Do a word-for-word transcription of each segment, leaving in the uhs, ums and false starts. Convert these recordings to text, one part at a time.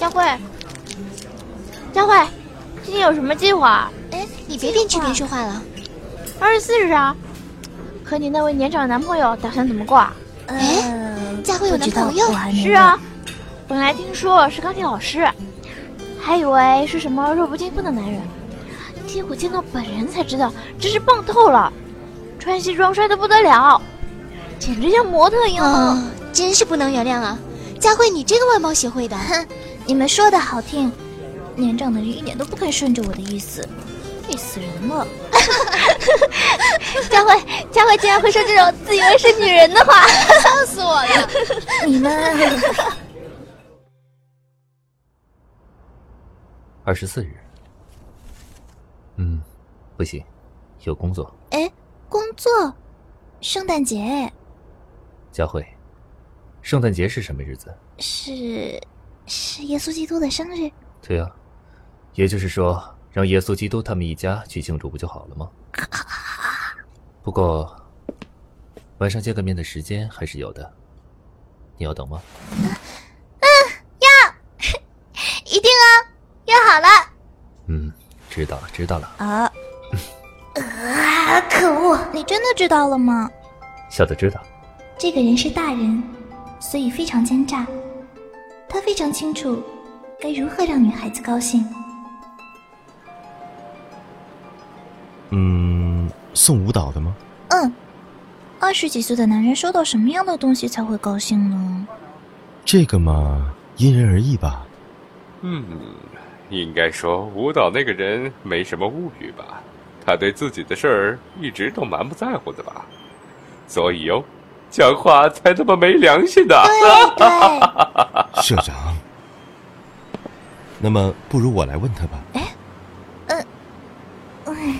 佳慧，佳慧，今天有什么计划？ 哎，你别边吃边说话了。 二十四日啊，和你那位年长的男朋友打算怎么过啊？ 哎，佳慧有男朋友？ 是啊，本来听说是钢铁老师，还以为是什么弱不禁风的男人，结果见到本人才知道，真是棒透了，穿西装帅得不得了，简直像模特一样。 哦，真是不能原谅啊！佳慧，你这个外貌协会的， 哼，你们说的好听，年长的人一点都不肯顺着我的意思，累死人了。佳慧，佳慧竟然会说这种自以为是女人的话， 笑死我了！ 你们二十四日，嗯，不行，有工作。 哎，工作？圣诞节？ 佳慧，圣诞节是什么日子？ 是，是耶稣基督的生日。 对啊，也就是说，让耶稣基督他们一家去庆祝不就好了吗？不过，晚上见个面的时间还是有的，你要等吗？ 嗯，嗯要，一定啊，约好了。 嗯，知道了，知道了。 啊，啊！可恶，你真的知道了吗？ 小的知道。 这个人是大人，所以非常奸诈。他非常清楚该如何让女孩子高兴。 嗯，送舞蹈的吗？ 嗯，二十几岁的男人收到什么样的东西才会高兴呢？ 这个嘛，因人而异吧。 嗯，应该说舞蹈那个人没什么物欲吧，他对自己的事儿一直都蛮不在乎的吧，所以哦，讲话才他妈没良心的。 对对， 社长，那么不如我来问他吧。 哎，嗯、呃，嗯。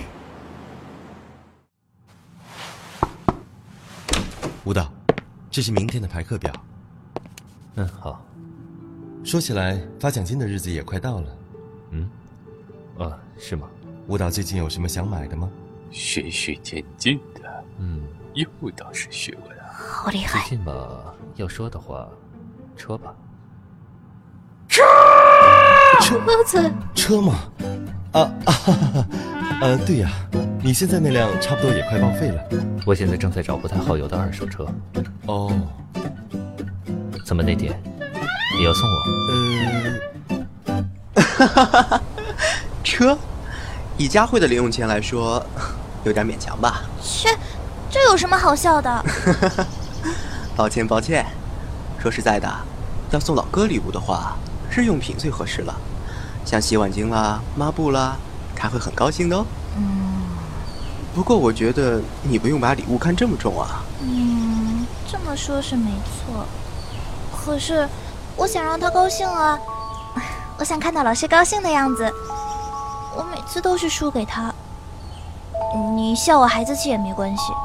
舞蹈，这是明天的排课表。 嗯，好。 说起来，发奖金的日子也快到了。 嗯，啊，是吗？ 舞蹈最近有什么想买的吗？ 循序渐进的， 嗯， 又倒是学问啊。 好厉害！ 最近嘛，要说的话，车吧。 车车子车吗？啊啊哈哈！呃，对呀，你现在那辆差不多也快报废了。 我现在正在找不太好油的二手车。 哦， 怎么那天你要送我？ 呃， 哈哈哈哈，车，以佳慧的零用钱来说，有点勉强吧？ 切，这有什么好笑的？ 抱歉抱歉，说实在的，要送老哥礼物的话，日用品最合适了，像洗碗巾啦、抹布啦，他会很高兴的哦。 嗯。 不过我觉得你不用把礼物看这么重啊。 嗯，这么说是没错，可是我想让他高兴啊，我想看到老师高兴的样子。我每次都是输给他，你笑我孩子气也没关系。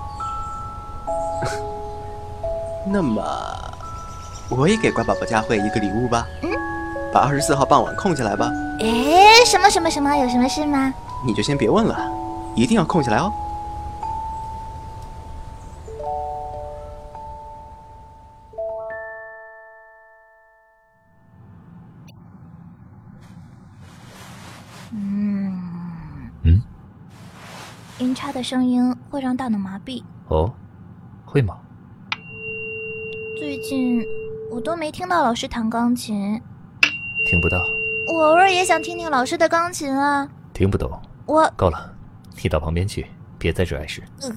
那么，我也给乖宝宝佳慧一个礼物吧。 嗯， 把二十四号傍晚空下来吧。 哎，什么什么什么？有什么事吗？ 你就先别问了，一定要空下来哦。 嗯嗯， 音叉的声音会让大脑麻痹。 哦，会吗？ 最近我都没听到老师弹钢琴。 听不到。 我偶尔也想听听老师的钢琴啊。 听不懂。 我够了，你到旁边去，别在这碍事。 呃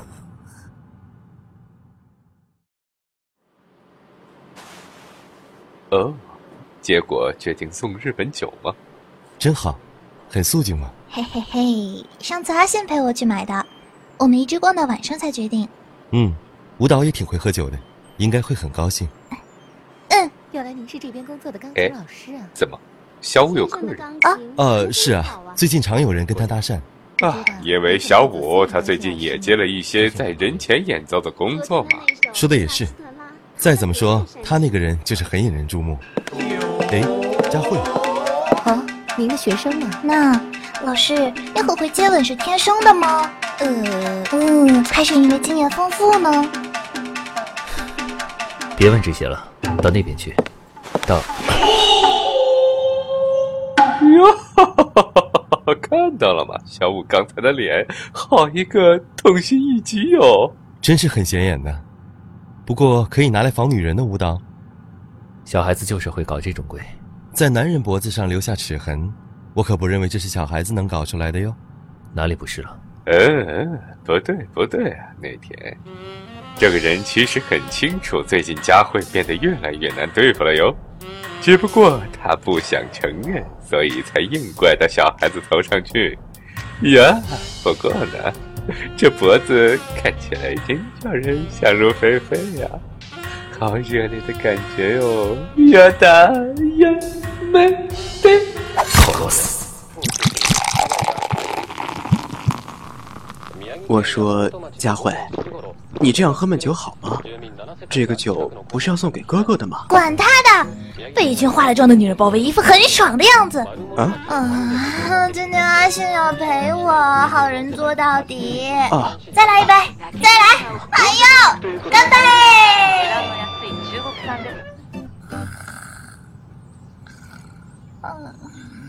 哦，结果决定送日本酒吗？ 真好，很素净嘛。 嘿嘿嘿，上次阿信陪我去买的，我们一直逛到晚上才决定。 嗯，舞蹈也挺会喝酒的，应该会很高兴。 嗯， 原来您是这边工作的钢琴老师啊？ 怎么，小五有客人啊？ 呃，是啊，最近常有人跟他搭讪。 啊，因为小五他最近也接了一些在人前演奏的工作嘛。 说的也是，再怎么说，他那个人就是很引人注目。哎，佳慧。 啊，您的学生吗？ 那老师，你很会接吻是天生的吗？呃，嗯，还是因为经验丰富呢？ 别问这些了，到那边去。到。 哟，看到了吗？小五刚才的脸，好一个痛心一击哦！ 真是很显眼的。不过可以拿来防女人的舞蹈。 小孩子就是会搞这种鬼， 在男人脖子上留下齿痕，我可不认为这是小孩子能搞出来的哟。 哪里不是了？ 嗯嗯，不对不对啊，那天这个人其实很清楚，最近佳慧变得越来越难对付了哟。只不过他不想承认，所以才硬怪到小孩子头上去。呀，不过呢，这脖子看起来真叫人想入非非呀，好热烈的感觉哟！呀哒呀没得， 好螺丝。 我说佳慧，你这样喝闷酒好吗？这个酒不是要送给哥哥的吗？ 管他的，被一群化了妆的女人包围，一副很爽的样子。 啊？ 嗯，今天阿信要陪我，好人做到底。 啊！ 再来一杯，再来！哎呦，干杯！嗯。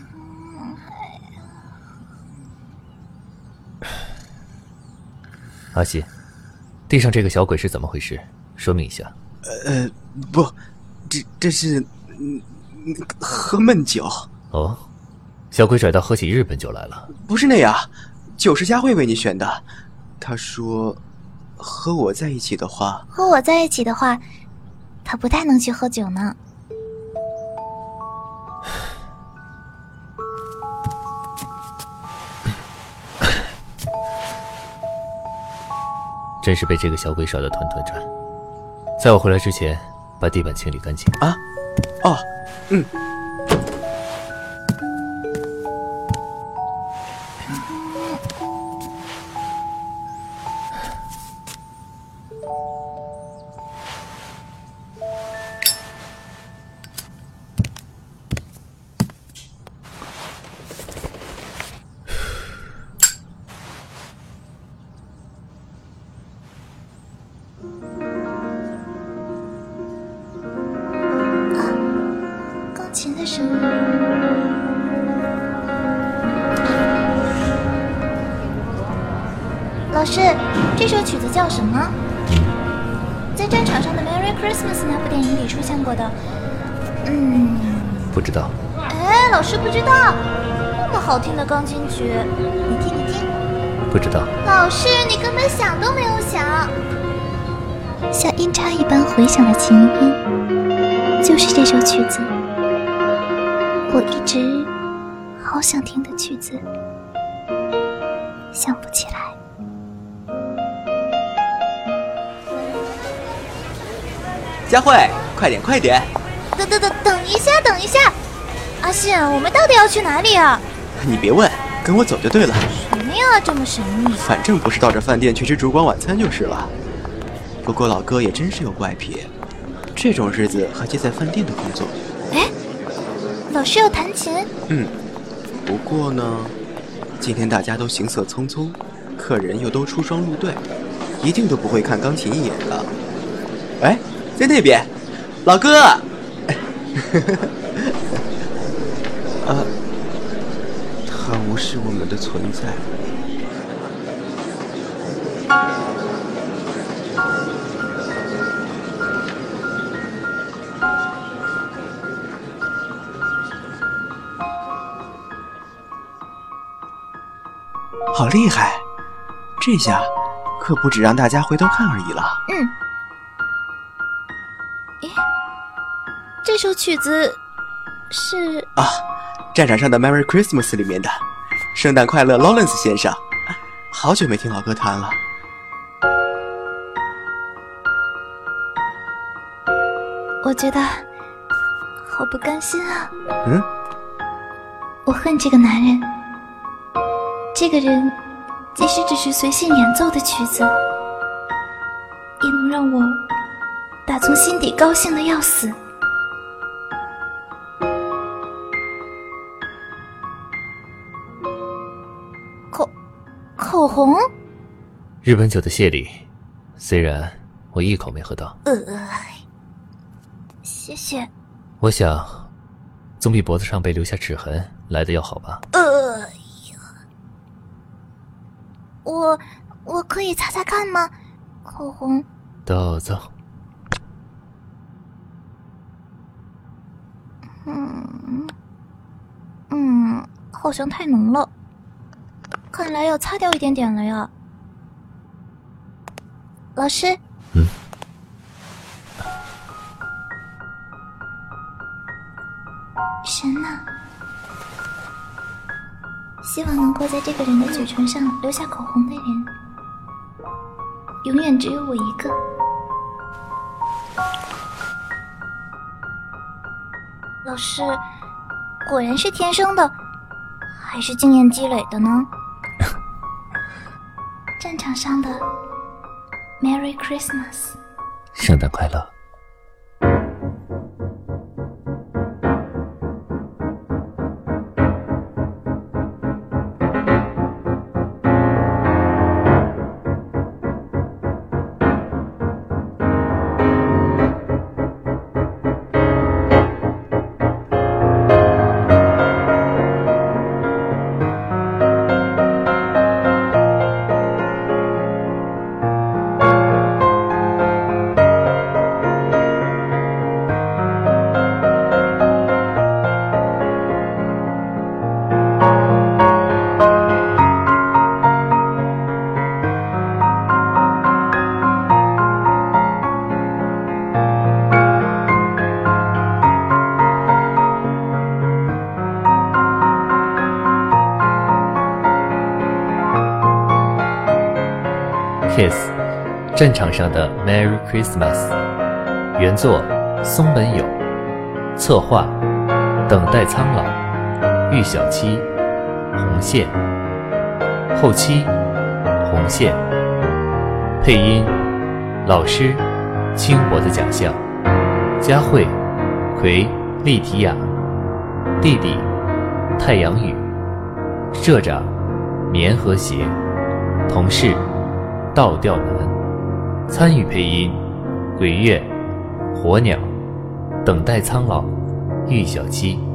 阿西，地上这个小鬼是怎么回事？说明一下。 呃，不，这这是嗯喝闷酒。 哦，小鬼拽到喝起日本酒来了。 不是那样，酒是佳慧为你选的。她说，和我在一起的话， 和我在一起的话，他不太能去喝酒呢。 真是被这个小鬼耍得团团转。在我回来之前，把地板清理干净。 啊，哦，嗯。 琴的声音。老师，这首曲子叫什么？在战场上的《Merry Christmas》那部电影里出现过的。嗯， 不知道。 哎，老师不知道，那么好听的钢琴曲，你听你听。 不知道。 老师，你根本想都没有想。像音叉一般回响的琴音，就是这首曲子。我一直好想听的曲子，想不起来。 佳慧，快点快点！ 等等等等一下，等一下，阿信，我们到底要去哪里啊？ 你别问，跟我走就对了。 什么呀，这么神秘？ 反正不是到这饭店去吃烛光晚餐就是了。不过老哥也真是有怪癖，这种日子还接在饭店的工作。 哎，老师要弹琴？ 嗯，不过呢，今天大家都行色匆匆，客人又都出双入对，一定都不会看钢琴一眼的。哎，在那边，老哥。啊，他无视我们的存在。好厉害！这下可不止让大家回头看而已了。 嗯。咦，这首曲子是啊，战场上的《Merry Christmas》里面的《圣诞快乐》，Lawrence 先生。好久没听老哥弹了。 我觉得好不甘心啊。 嗯？ 我恨这个男人。这个人，即使只是随性演奏的曲子，也能让我打从心底高兴的要死。口口红？ 日本酒的谢礼，虽然我一口没喝到。 呃，谢谢。 我想，总比脖子上被留下齿痕来的要好吧？ 呃呀，我我可以擦擦看吗？口红。 都走。 嗯嗯，好像太浓了，看来要擦掉一点点了呀。老师。 嗯。 神呐！希望能够在这个人的嘴唇上留下口红的人，永远只有我一个。老师，果然是天生的，还是经验积累的呢？战场上的 Merry Christmas， 圣诞快乐。Kiss， 战场上的 Merry Christmas， 原作松本友，策划等待苍老，玉小七，红线，后期红线，配音老师清活的奖项，佳慧葵利提亚，弟弟太阳雨，社长棉和谐，同事倒吊男，参与配音鬼月火鸟，等待苍老，玉小七。